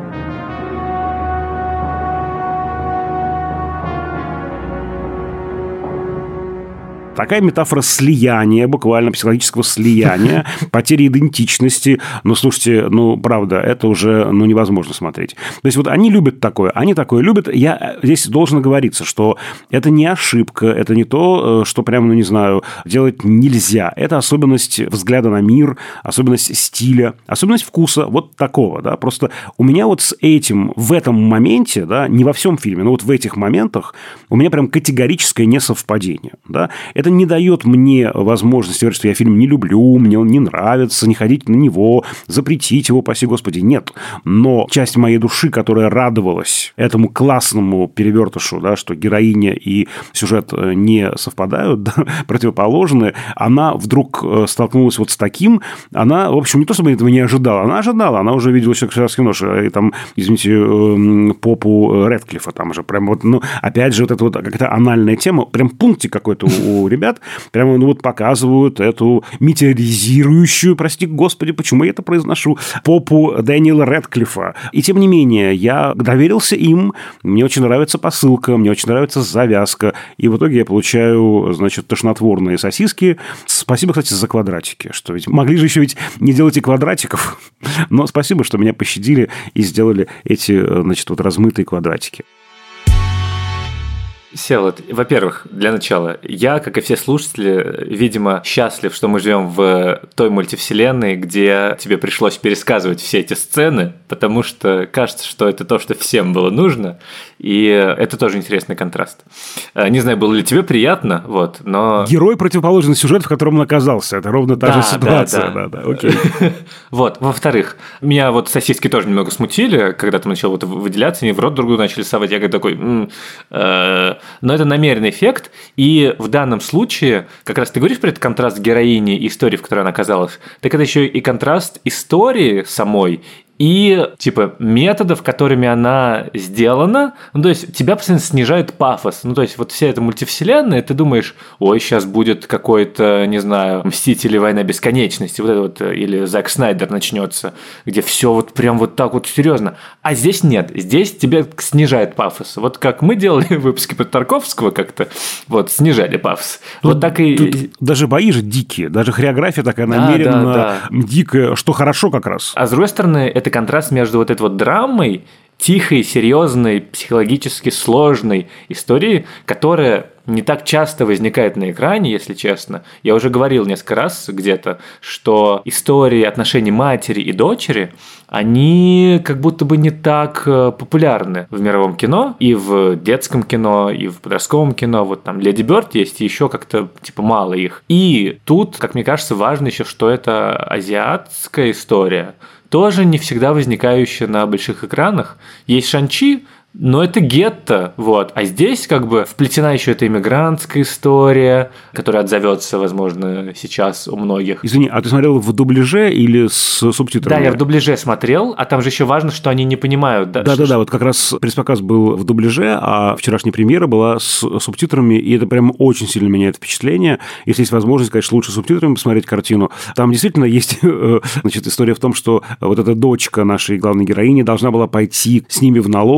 Speaker 2: Такая метафора слияния, буквально психологического слияния, потери идентичности. Ну, слушайте, ну, правда, это уже, ну, невозможно смотреть. То есть, вот они любят такое, они такое любят. Я здесь должен оговориться, что это не ошибка, это не то, что прямо, ну, не знаю, делать нельзя. Это особенность взгляда на мир, особенность стиля, особенность вкуса вот такого, да. Просто у меня вот с этим в этом моменте, да, не во всем фильме, но вот в этих моментах у меня прям категорическое несовпадение, да. Это не дает мне возможности говорить, что я фильм не люблю, мне он не нравится, не ходить на него, запретить его, паси господи, нет. Но часть моей души, которая радовалась этому классному перевертышу, да, что героиня и сюжет не совпадают, да, противоположны, она вдруг столкнулась вот с таким, она, в общем, не то чтобы этого не ожидала, она уже видела «Человек в швейцарском ноже», и там, извините, попу Рэдклиффа, там же прям вот, ну, опять же, вот эта вот какая-то анальная тема, прям пунктик какой-то у ребят, прямо, ну, вот показывают эту метеоризирующую, прости господи, почему я это произношу, попу Дэниела Рэдклиффа. И тем не менее, я доверился им, мне очень нравится посылка, мне очень нравится завязка, и в итоге я получаю, значит, тошнотворные сосиски. Спасибо, кстати, за квадратики, что ведь могли же еще ведь не делать и квадратиков, но спасибо, что меня пощадили и сделали эти, значит, вот размытые квадратики.
Speaker 1: Всеволод, во-первых, для начала, я, как и все слушатели, видимо, счастлив, что мы живем в той мультивселенной, где тебе пришлось пересказывать все эти сцены, потому что кажется, что это то, что всем было нужно, и это тоже интересный контраст. Не знаю, было ли тебе приятно, вот, но...
Speaker 2: Герой противоположный сюжету, в котором он оказался, это ровно та же ситуация. Да, окей.
Speaker 1: Вот, во-вторых, меня вот сосиски тоже немного смутили, когда ты начал вот выделяться, они в рот друг другу начали совать, я такой... Но это намеренный эффект, и в данном случае, как раз ты говоришь про этот контраст героини и истории, в которой она оказалась, так это еще и контраст истории самой, и, типа, методов, которыми она сделана, ну, то есть, тебя постоянно снижает пафос. Ну, то есть, вот вся эта мультивселенная, ты думаешь, ой, сейчас будет какой-то, не знаю, «Мстители. Война бесконечности», вот это вот, или «Зак Снайдер» начнется, где все вот прям вот так вот серьезно. А здесь нет, здесь тебя снижает пафос. Вот как мы делали выпуски про Тарковского как-то, вот, снижали пафос. Вот так и...
Speaker 2: Тут даже бои же дикие, даже хореография такая намеренно дикая, что хорошо как раз.
Speaker 1: А с другой стороны, это контраст между вот этой вот драмой, тихой, серьезной, психологически сложной историей, которая не так часто возникает на экране, если честно. Я уже говорил несколько раз где-то, что истории отношений матери и дочери, они как будто бы не так популярны в мировом кино, и в детском кино, и в подростковом кино. Вот там «Леди Бёрд» есть, и еще как-то типа мало их. И тут, как мне кажется, важно еще, что это азиатская история, тоже не всегда возникающая на больших экранах. Есть «Шан-Чи», но это гетто, вот. А здесь как бы вплетена еще эта иммигрантская история, которая отзовется, возможно, сейчас у многих.
Speaker 2: Извини, а ты смотрел в дубляже или с субтитрами?
Speaker 1: Да, я в дубляже смотрел, а там же еще важно, что они не понимают. Да,
Speaker 2: вот как раз пресс-показ был в дубляже, а вчерашняя премьера была с субтитрами, и это прям очень сильно меняет впечатление. Если есть возможность, конечно, лучше субтитрами посмотреть картину. Там действительно есть, значит, история в том, что вот эта дочка нашей главной героини должна была пойти с ними в налоговую,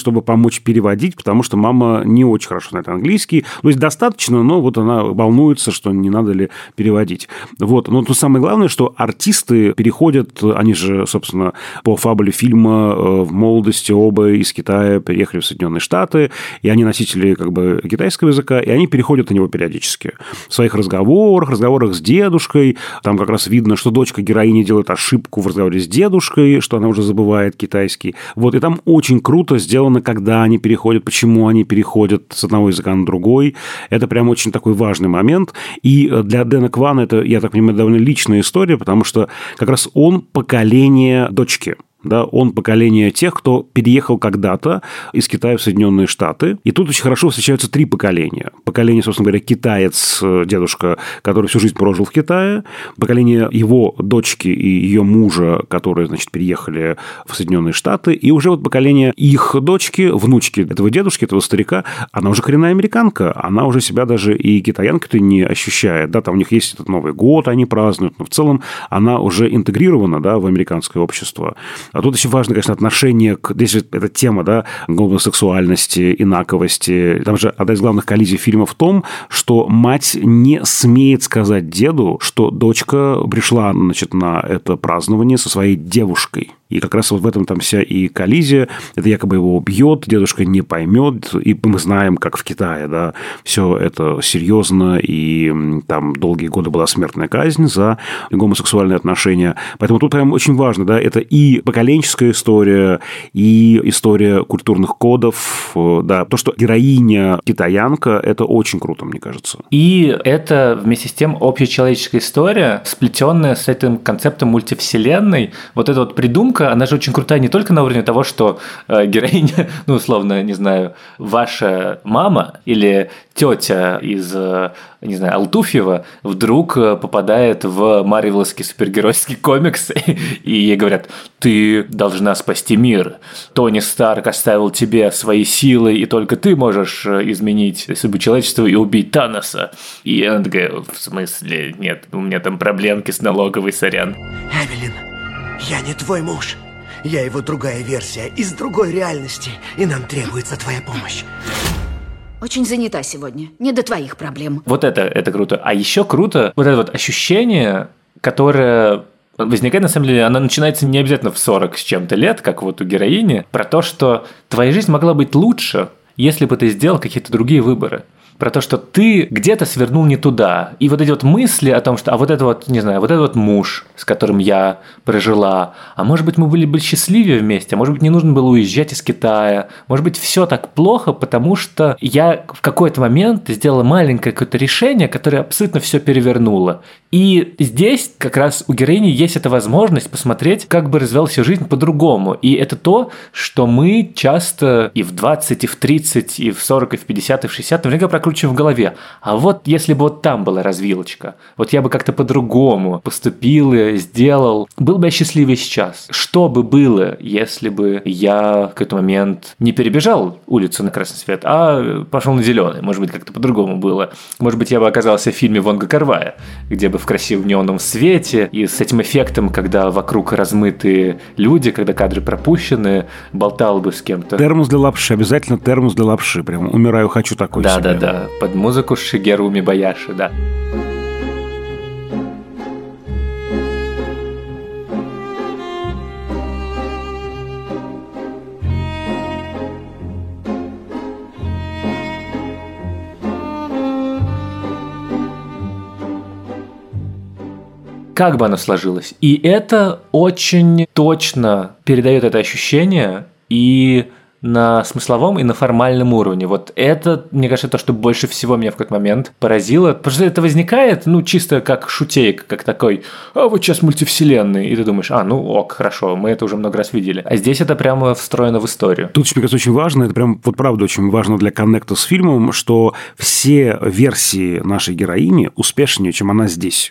Speaker 2: чтобы помочь переводить, потому что мама не очень хорошо знает английский. То есть достаточно, но вот она волнуется, что не надо ли переводить. Вот. Но то самое главное, что артисты переходят, они же, собственно, по фабуле фильма в молодости оба из Китая переехали в Соединенные Штаты, и они носители как бы китайского языка, и они переходят на него периодически. В своих разговорах с дедушкой, там как раз видно, что дочка героини делает ошибку в разговоре с дедушкой, что она уже забывает китайский. Вот, и там очень круто сделано, когда они переходят, почему они переходят с одного языка на другой. Это прям очень такой важный момент. И для Дэна Квана это, я так понимаю, довольно личная история, потому что как раз он поколение дочки. Да, он поколение тех, кто переехал когда-то из Китая в Соединенные Штаты. И тут очень хорошо встречаются три поколения. Поколение, собственно говоря, китаец, дедушка, который всю жизнь прожил в Китае. Поколение его дочки и ее мужа, которые, значит, переехали в Соединенные Штаты. И уже вот поколение их дочки, внучки этого дедушки, этого старика, она уже коренная американка. Она уже себя даже и китаянкой-то не ощущает. Да, там у них есть этот Новый год, они празднуют. Но в целом она уже интегрирована, да, в американское общество. А тут еще важно, конечно, отношение к... Здесь же эта тема, да, гомосексуальности, инаковости. Там же одна из главных коллизий фильма в том, что мать не смеет сказать деду, что дочка пришла, значит, на это празднование со своей девушкой. И как раз вот в этом там вся и коллизия. Это якобы его убьет, дедушка не поймет. И мы знаем, как в Китае, да, все это серьезно. И там долгие годы была смертная казнь за гомосексуальные отношения. Поэтому тут прям очень важно, да, это и поколенческая история, и история культурных кодов. Да, то, что героиня китаянка, это очень круто, мне кажется.
Speaker 1: И это вместе с тем общечеловеческая история, сплетенная с этим концептом мультивселенной. Вот эта вот придумка, она же очень крутая не только на уровне того, что героиня, ну, условно, не знаю, ваша мама или тетя из, не знаю, Алтуфьева вдруг попадает в марвеловский супергеройский комикс, и ей говорят: ты должна спасти мир. Тони Старк оставил тебе свои силы, и только ты можешь изменить судьбу человечества и убить Таноса. И она такая: в смысле? Нет, у меня там проблемки с налоговой, сорян.
Speaker 3: Эвелин, я не твой муж. Я его другая версия, из другой реальности, и нам требуется твоя помощь.
Speaker 5: Очень занята сегодня, не до твоих проблем.
Speaker 1: Вот это круто. А еще круто вот это вот ощущение, которое возникает, на самом деле, она начинается не обязательно в 40 с чем-то лет, как вот у героини, про то, что твоя жизнь могла быть лучше, если бы ты сделал какие-то другие выборы. Про то, что ты где-то свернул не туда. И вот эти вот мысли о том, что а вот это вот, не знаю, вот этот вот муж, с которым я прожила, а может быть, мы были бы счастливее вместе, а может быть, не нужно было уезжать из Китая, может быть, все так плохо, потому что я в какой-то момент сделала маленькое какое-то решение, которое абсолютно все перевернуло. И здесь как раз у героини есть эта возможность посмотреть, как бы развивалась ее жизнь по-другому. И это то, что мы часто и в 20, и в 30, и в 40, и в 50, и в 60 наверняка прокручиваем в голове. А вот если бы вот там была развилочка, вот я бы как-то по-другому поступил и сделал, был бы я счастливее сейчас. Что бы было, если бы я в какой-то момент не перебежал улицу на красный свет, а пошел на зеленый? Может быть, как-то по-другому было. Может быть, я бы оказался в фильме Вонга Кар-вая, где бы в красивом неоновом свете и с этим эффектом, когда вокруг размытые люди, когда кадры пропущены, болтал бы с кем-то.
Speaker 2: Термос для лапши, обязательно термос для лапши. Прям умираю, хочу такой себе.
Speaker 1: Да, под музыку Шигеру Мибаяши, да. Как бы оно сложилось. И это очень точно передает это ощущение и на смысловом, и на формальном уровне. Вот это, мне кажется, то, что больше всего меня в какой-то момент поразило. Потому что это возникает, ну, чисто как шутейка, как такой: а вот сейчас мультивселенные. И ты думаешь: ну ок, хорошо, мы это уже много раз видели. А здесь это прямо встроено в историю.
Speaker 2: Тут, мне кажется, очень важно, это прям, вот правда, очень важно для коннекта с фильмом, что все версии нашей героини успешнее, чем она здесь.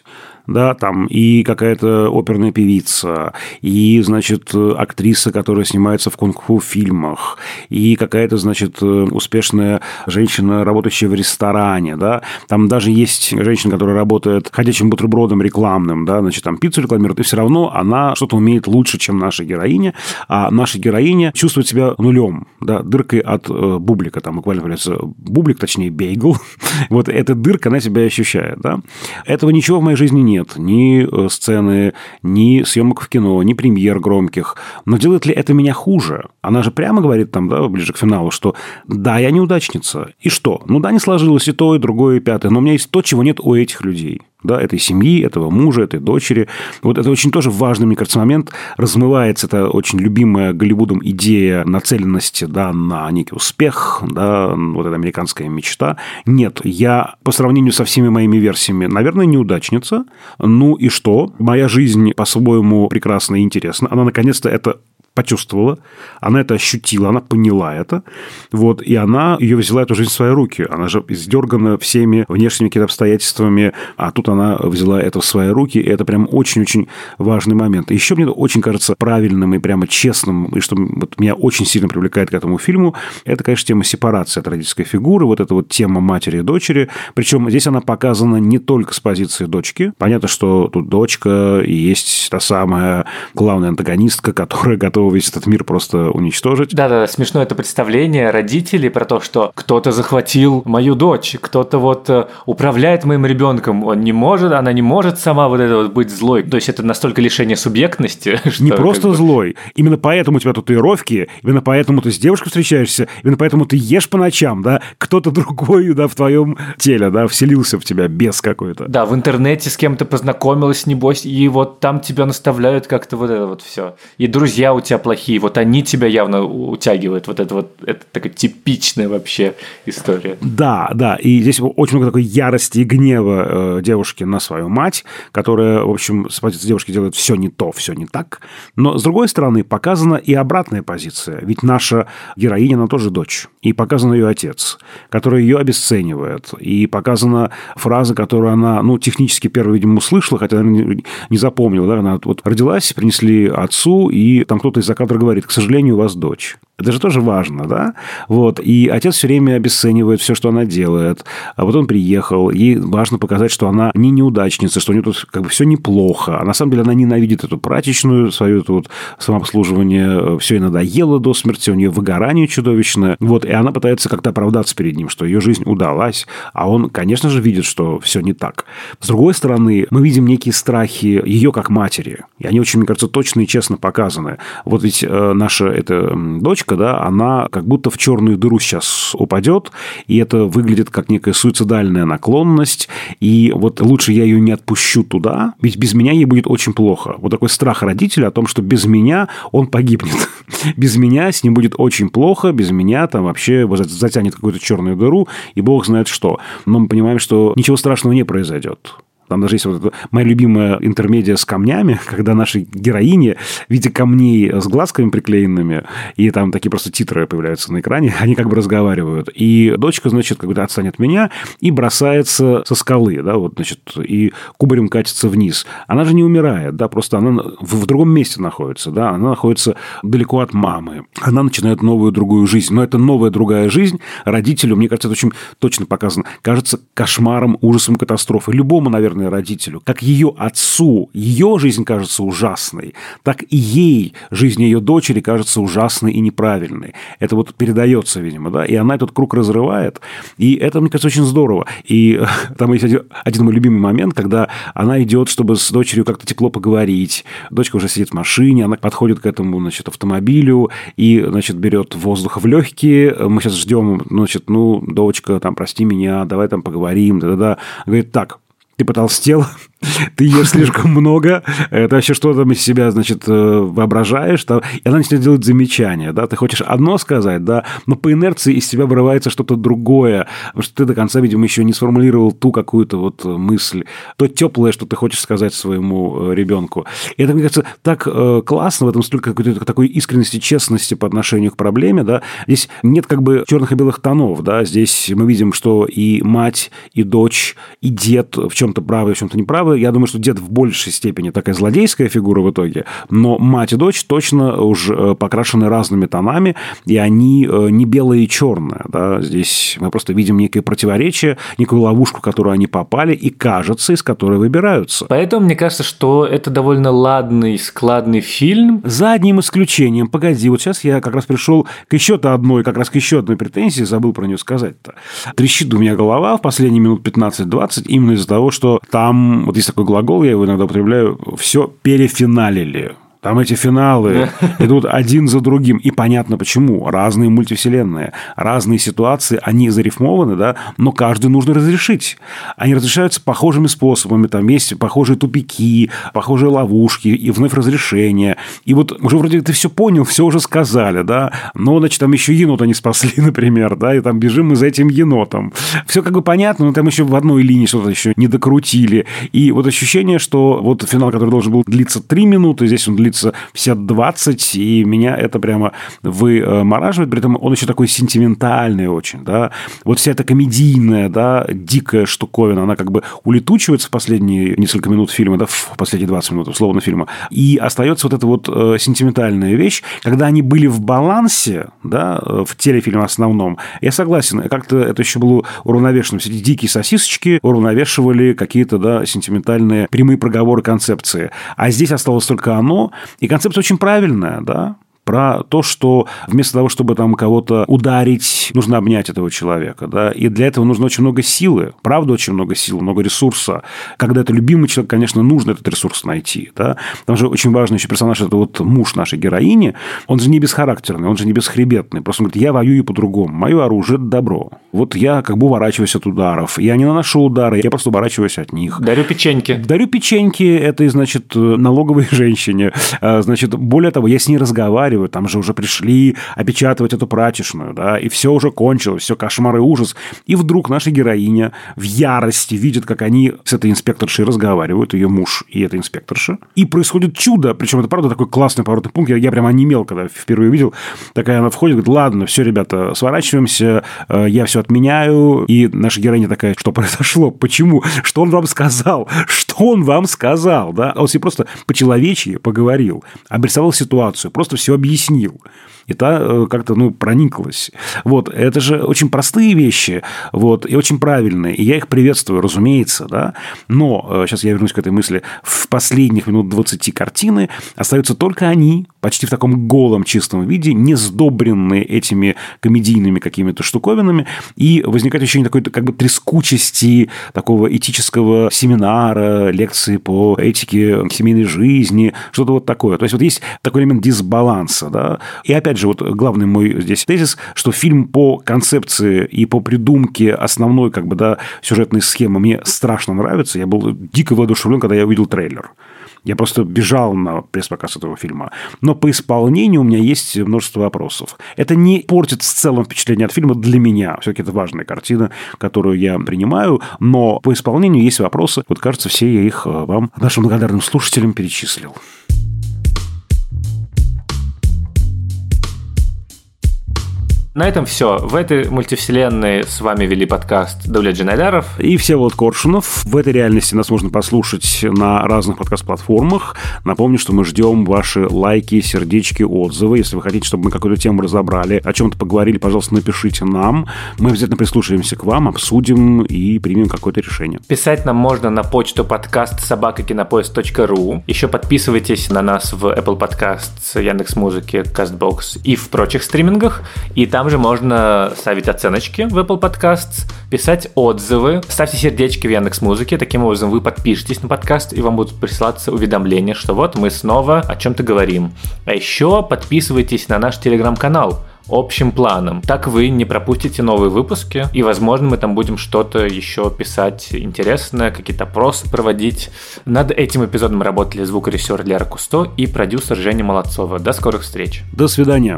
Speaker 2: да, там и какая-то оперная певица, и, значит, актриса, которая снимается в кунг-фу фильмах, и какая-то, значит, успешная женщина, работающая в ресторане, да, там даже есть женщина, которая работает ходячим бутербродом рекламным, да, значит, там пиццу рекламирует, и все равно она что-то умеет лучше, чем наша героиня, а наша героиня чувствует себя нулем, да, дыркой от бублика, там буквально появляется бублик, точнее, бейгл, вот эта дырка, она себя ощущает, да. Этого ничего в моей жизни нет, ни сцены, ни съемок в кино, ни премьер громких, но делает ли это меня хуже? Она же прямо говорит там, да, ближе к финалу, что да, я неудачница, и что? Ну да, не сложилось и то, и другое, и пятое, но у меня есть то, чего нет у этих людей. Да, этой семьи, этого мужа, этой дочери. Вот это очень тоже важный, мне кажется, момент. Размывается эта очень любимая Голливудом идея нацеленности, да, на некий успех, да, вот эта американская мечта. Нет, я по сравнению со всеми моими версиями, наверное, неудачница. Ну и что? Моя жизнь по-своему прекрасна и интересна. Она наконец-то это почувствовала, она это ощутила, она поняла это, вот, и она ее взяла эту жизнь в свои руки. Она же издергана всеми внешними какими-то обстоятельствами, а тут она взяла это в свои руки, и это прям очень-очень важный момент. И еще мне это очень кажется правильным и прямо честным, и что вот меня очень сильно привлекает к этому фильму, это, конечно, тема сепарации от родительской фигуры, вот эта вот тема матери и дочери, причем здесь она показана не только с позиции дочки. Понятно, что тут дочка и есть та самая главная антагонистка, которая готова весь этот мир просто уничтожить.
Speaker 1: Да-да, смешно это представление родителей про то, что кто-то захватил мою дочь, кто-то вот управляет моим ребенком, он не может, она не может сама вот это вот быть злой. То есть это настолько лишение субъектности.
Speaker 2: Не просто злой. Именно поэтому у тебя татуировки, именно поэтому ты с девушкой встречаешься, именно поэтому ты ешь по ночам, да, кто-то другой, да, в твоем теле, да, вселился в тебя бес какой-то.
Speaker 1: Да, в интернете с кем-то познакомилась, небось, и вот там тебя наставляют как-то вот это вот все. И друзья у тебя плохие, вот они тебя явно утягивают, вот это такая типичная вообще история.
Speaker 2: Да, да, и здесь очень много такой ярости и гнева девушки на свою мать, которая, в общем, с позиции девушки делает все не то, все не так, но, с другой стороны, показана и обратная позиция, ведь наша героиня, она тоже дочь, и показан ее отец, который ее обесценивает, и показана фраза, которую она, ну, технически первый, видимо, услышала, хотя, наверное, не запомнила, да, она вот родилась, принесли отцу, и там кто-то из-за кадра говорит: к сожалению, у вас дочь. Это же тоже важно, да? Вот. И отец все время обесценивает все, что она делает. А вот он приехал, ей важно показать, что она не неудачница, что у нее тут как бы все неплохо. А на самом деле она ненавидит эту прачечную, свое это вот самообслуживание. Все ей надоело до смерти, у нее выгорание чудовищное. Вот. И она пытается как-то оправдаться перед ним, что ее жизнь удалась. А он, конечно же, видит, что все не так. С другой стороны, мы видим некие страхи ее как матери. И они очень, мне кажется, точно и честно показаны. Вот ведь наша эта дочка, да, она как будто в черную дыру сейчас упадет, и это выглядит как некая суицидальная наклонность, и вот лучше я ее не отпущу туда, ведь без меня ей будет очень плохо. Вот такой страх родителя о том, что без меня он погибнет. Без меня с ним будет очень плохо, без меня там вообще затянет какую-то черную дыру, и бог знает что. Но мы понимаем, что ничего страшного не произойдет. Там даже есть вот эта моя любимая интермедия с камнями, когда наши героини в виде камней с глазками приклеенными, и там такие просто титры появляются на экране, они как бы разговаривают. И дочка, значит, как-то отстанет от меня и бросается со скалы, да, вот, значит, и кубарем катится вниз. Она же не умирает, да, просто она в другом месте находится, да, она находится далеко от мамы. Она начинает новую другую жизнь. Но эта новая другая жизнь родителю, мне кажется, это очень точно показано, кажется кошмаром, ужасом, катастрофой. Любому, наверное, родителю. Как ее отцу, ее жизнь кажется ужасной, так и ей жизнь ее дочери кажется ужасной и неправильной. Это вот передается, видимо, да, и она этот круг разрывает, и это, мне кажется, очень здорово. И там есть один мой любимый момент, когда она идет, чтобы с дочерью как-то тепло поговорить. Дочка уже сидит в машине, она подходит к этому, значит, автомобилю и, значит, берет воздух в легкие. Мы сейчас ждем, значит, ну, дочка, там, прости меня, давай там поговорим, да-да-да. Говорит: так, ты потолстел, ты ешь слишком много, это вообще что там из себя, значит, воображаешь, там, и она начинает делать замечания, да, ты хочешь одно сказать, да, но по инерции из тебя вырывается что-то другое, потому что ты до конца, видимо, еще не сформулировал ту какую-то вот мысль, то теплое, что ты хочешь сказать своему ребенку. И это, мне кажется, так классно, в этом столько какой-то такой искренности, честности по отношению к проблеме, да, здесь нет как бы черных и белых тонов, да, здесь мы видим, что и мать, и дочь, и дед в чем-то правы, в чем-то неправы, Первый, я думаю, что дед в большей степени такая злодейская фигура в итоге, но мать и дочь точно уже покрашены разными тонами, и они не белые и черные. Да? Здесь мы просто видим некое противоречие, некую ловушку, в которую они попали, и, кажется, из которой выбираются.
Speaker 1: Поэтому мне кажется, что это довольно ладный, складный фильм.
Speaker 2: За одним исключением. Погоди, вот сейчас я как раз пришел к еще одной претензии, забыл про нее сказать-то. Трещит у меня голова в последние минут 15-20 именно из-за того, что там, вот есть такой глагол, я его иногда употребляю, все перефиналили. Там эти финалы идут один за другим. И понятно почему. Разные мультивселенные, разные ситуации, они зарифмованы, да, но каждую нужно разрешить. Они разрешаются похожими способами. Там есть похожие тупики, похожие ловушки и вновь разрешения. И вот уже вроде ты все понял, все уже сказали, да, но, значит, там еще енота не спасли, например, да, и там бежим мы за этим енотом. Все как бы понятно, но там еще в одной линии что-то еще не докрутили. И вот ощущение, что вот финал, который должен был длиться 3 минуты, здесь он длится все 20, и меня это прямо вымораживает. При этом он еще такой сентиментальный очень, да. Вот вся эта комедийная, да, дикая штуковина, она как бы улетучивается в последние несколько минут фильма, да, в последние 20 минут, условно, фильма. И остается вот эта вот сентиментальная вещь, когда они были в балансе, да, в телефильме основном. Я согласен, как-то это еще было уравновешено. Все эти дикие сосисочки уравновешивали какие-то, да, сентиментальные прямые проговоры концепции. А здесь осталось только оно. И концепция очень правильная, да, про то, что вместо того, чтобы там кого-то ударить, нужно обнять этого человека, да, и для этого нужно очень много силы, правда, очень много сил, много ресурса. Когда это любимый человек, конечно, нужно этот ресурс найти, да. Там же очень важный еще персонаж, это вот муж нашей героини, он же не бесхарактерный, он же не бесхребетный, просто он говорит, я воюю по-другому, мое оружие – это добро. Вот я как бы уворачиваюсь от ударов, я не наношу удары, я просто уворачиваюсь от них.
Speaker 1: Дарю печеньки.
Speaker 2: Дарю печеньки этой, значит, налоговой женщине, значит, более того, я с ней разговариваю, там же уже пришли опечатывать эту прачечную, да, и все уже кончилось, все кошмар и ужас. И вдруг наша героиня в ярости видит, как они с этой инспекторшей разговаривают, ее муж и эта инспекторша. И происходит чудо, причем это, правда, такой классный поворотный пункт, я прям онемел, когда впервые увидел. Такая она входит, говорит, ладно, все, ребята, сворачиваемся, я все отменяю. И наша героиня такая, что произошло, почему, что он вам сказал, что он вам сказал, да? Он с ней просто по-человечьи поговорил, обрисовал ситуацию, просто все объяснил. И та как-то, прониклась. Вот, это же очень простые вещи, вот, и очень правильные, и я их приветствую, разумеется, да, но, сейчас я вернусь к этой мысли, в последних минут 20 картины остаются только они, почти в таком голом чистом виде, не сдобренные этими комедийными какими-то штуковинами, и возникает ощущение такой, как бы, трескучести, такого этического семинара, лекции по этике семейной жизни, что-то вот такое. То есть, вот есть такой элемент дисбаланса, да, и опять же, вот главный мой здесь тезис, что фильм по концепции и по придумке основной, как бы, да, сюжетной схемы мне страшно нравится. Я был дико воодушевлен, когда я увидел трейлер. Я просто бежал на пресс-показ этого фильма. Но по исполнению у меня есть множество вопросов. Это не портит в целом впечатление от фильма для меня. Все-таки это важная картина, которую я принимаю. Но по исполнению есть вопросы. Вот, кажется, все я их вам, нашим благодарным слушателям, перечислил.
Speaker 1: На этом все. В этой мультивселенной с вами вели подкаст Давлет Джанайляров
Speaker 2: и Всеволод Коршунов. В этой реальности нас можно послушать на разных подкаст-платформах. Напомню, что мы ждем ваши лайки, сердечки, отзывы. Если вы хотите, чтобы мы какую-то тему разобрали, о чем-то поговорили, пожалуйста, напишите нам. Мы обязательно прислушаемся к вам, обсудим и примем какое-то решение.
Speaker 1: Писать нам можно на почту podcast@kinopoisk.ru. Еще подписывайтесь на нас в Apple Podcasts, Яндекс.Музыке, Castbox и в прочих стримингах. И там же можно ставить оценочки в Apple Podcasts, писать отзывы, ставьте сердечки в Яндекс.Музыке. Таким образом вы подпишетесь на подкаст, и вам будут присылаться уведомления, что вот мы снова о чем-то говорим. А еще подписывайтесь на наш телеграм-канал общим планом. Так вы не пропустите новые выпуски, и, возможно, мы там будем что-то еще писать интересное, какие-то опросы проводить. Над этим эпизодом работали звукорежиссер Лера Кусто и продюсер Женя Молодцова. До скорых встреч.
Speaker 2: До свидания.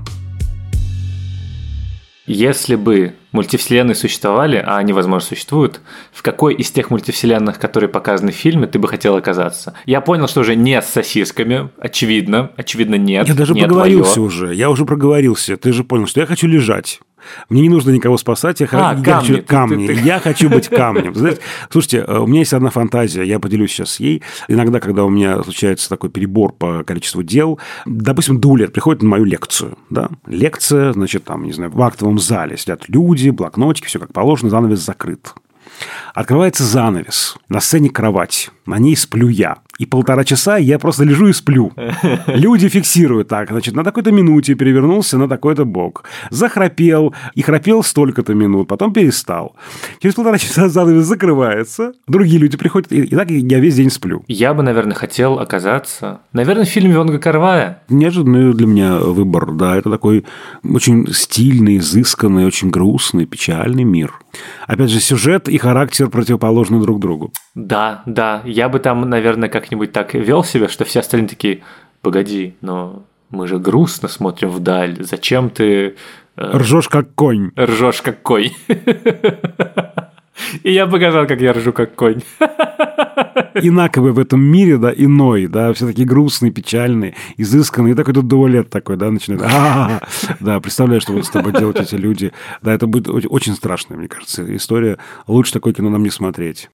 Speaker 1: Если бы мультивселенные существовали, а они, возможно, существуют, в какой из тех мультивселенных, которые показаны в фильме, ты бы хотел оказаться? Я понял, что уже не с сосисками, очевидно нет.
Speaker 2: Я даже проговорился уже, я уже проговорился. Ты же понял, что я хочу лежать. Мне не нужно никого спасать, я хочу камни. Я хочу быть камнем. Знаете, слушайте, у меня есть одна фантазия, я поделюсь сейчас с ей. Иногда, когда у меня случается такой перебор по количеству дел, допустим, дулер приходит на мою лекцию. Да? Лекция, значит, там, не знаю, в актовом зале сидят люди, блокнотики, все как положено, занавес закрыт. Открывается занавес, на сцене кровать, на ней сплю я. И 1,5 часа я просто лежу и сплю. Люди фиксируют так, значит, на такой-то минуте перевернулся на такой-то бок. Захрапел, и храпел столько-то минут, потом перестал. Через 1,5 часа занавес закрывается, другие люди приходят, и так я весь день сплю.
Speaker 1: Я бы, наверное, хотел оказаться, наверное, в фильме Вонга Кар-вая.
Speaker 2: Неожиданный для меня выбор, да, это такой очень стильный, изысканный, очень грустный, печальный мир. Опять же, сюжет и характер противоположны друг другу.
Speaker 1: Да, я бы там, наверное, как-нибудь так вел себя, что все остальные такие: погоди, но мы же грустно смотрим вдаль, зачем ты...
Speaker 2: Ржешь как конь.
Speaker 1: Ржешь как конь. И я показал, как я ржу как конь.
Speaker 2: Инаковый в этом мире, да, иной, да, все такие грустные, печальные, изысканные. И такой тут дуалет такой, да, начинает. Да, представляю, что будут с тобой делать эти люди. Да, это будет очень страшная, мне кажется, история. Лучше такое кино нам не смотреть.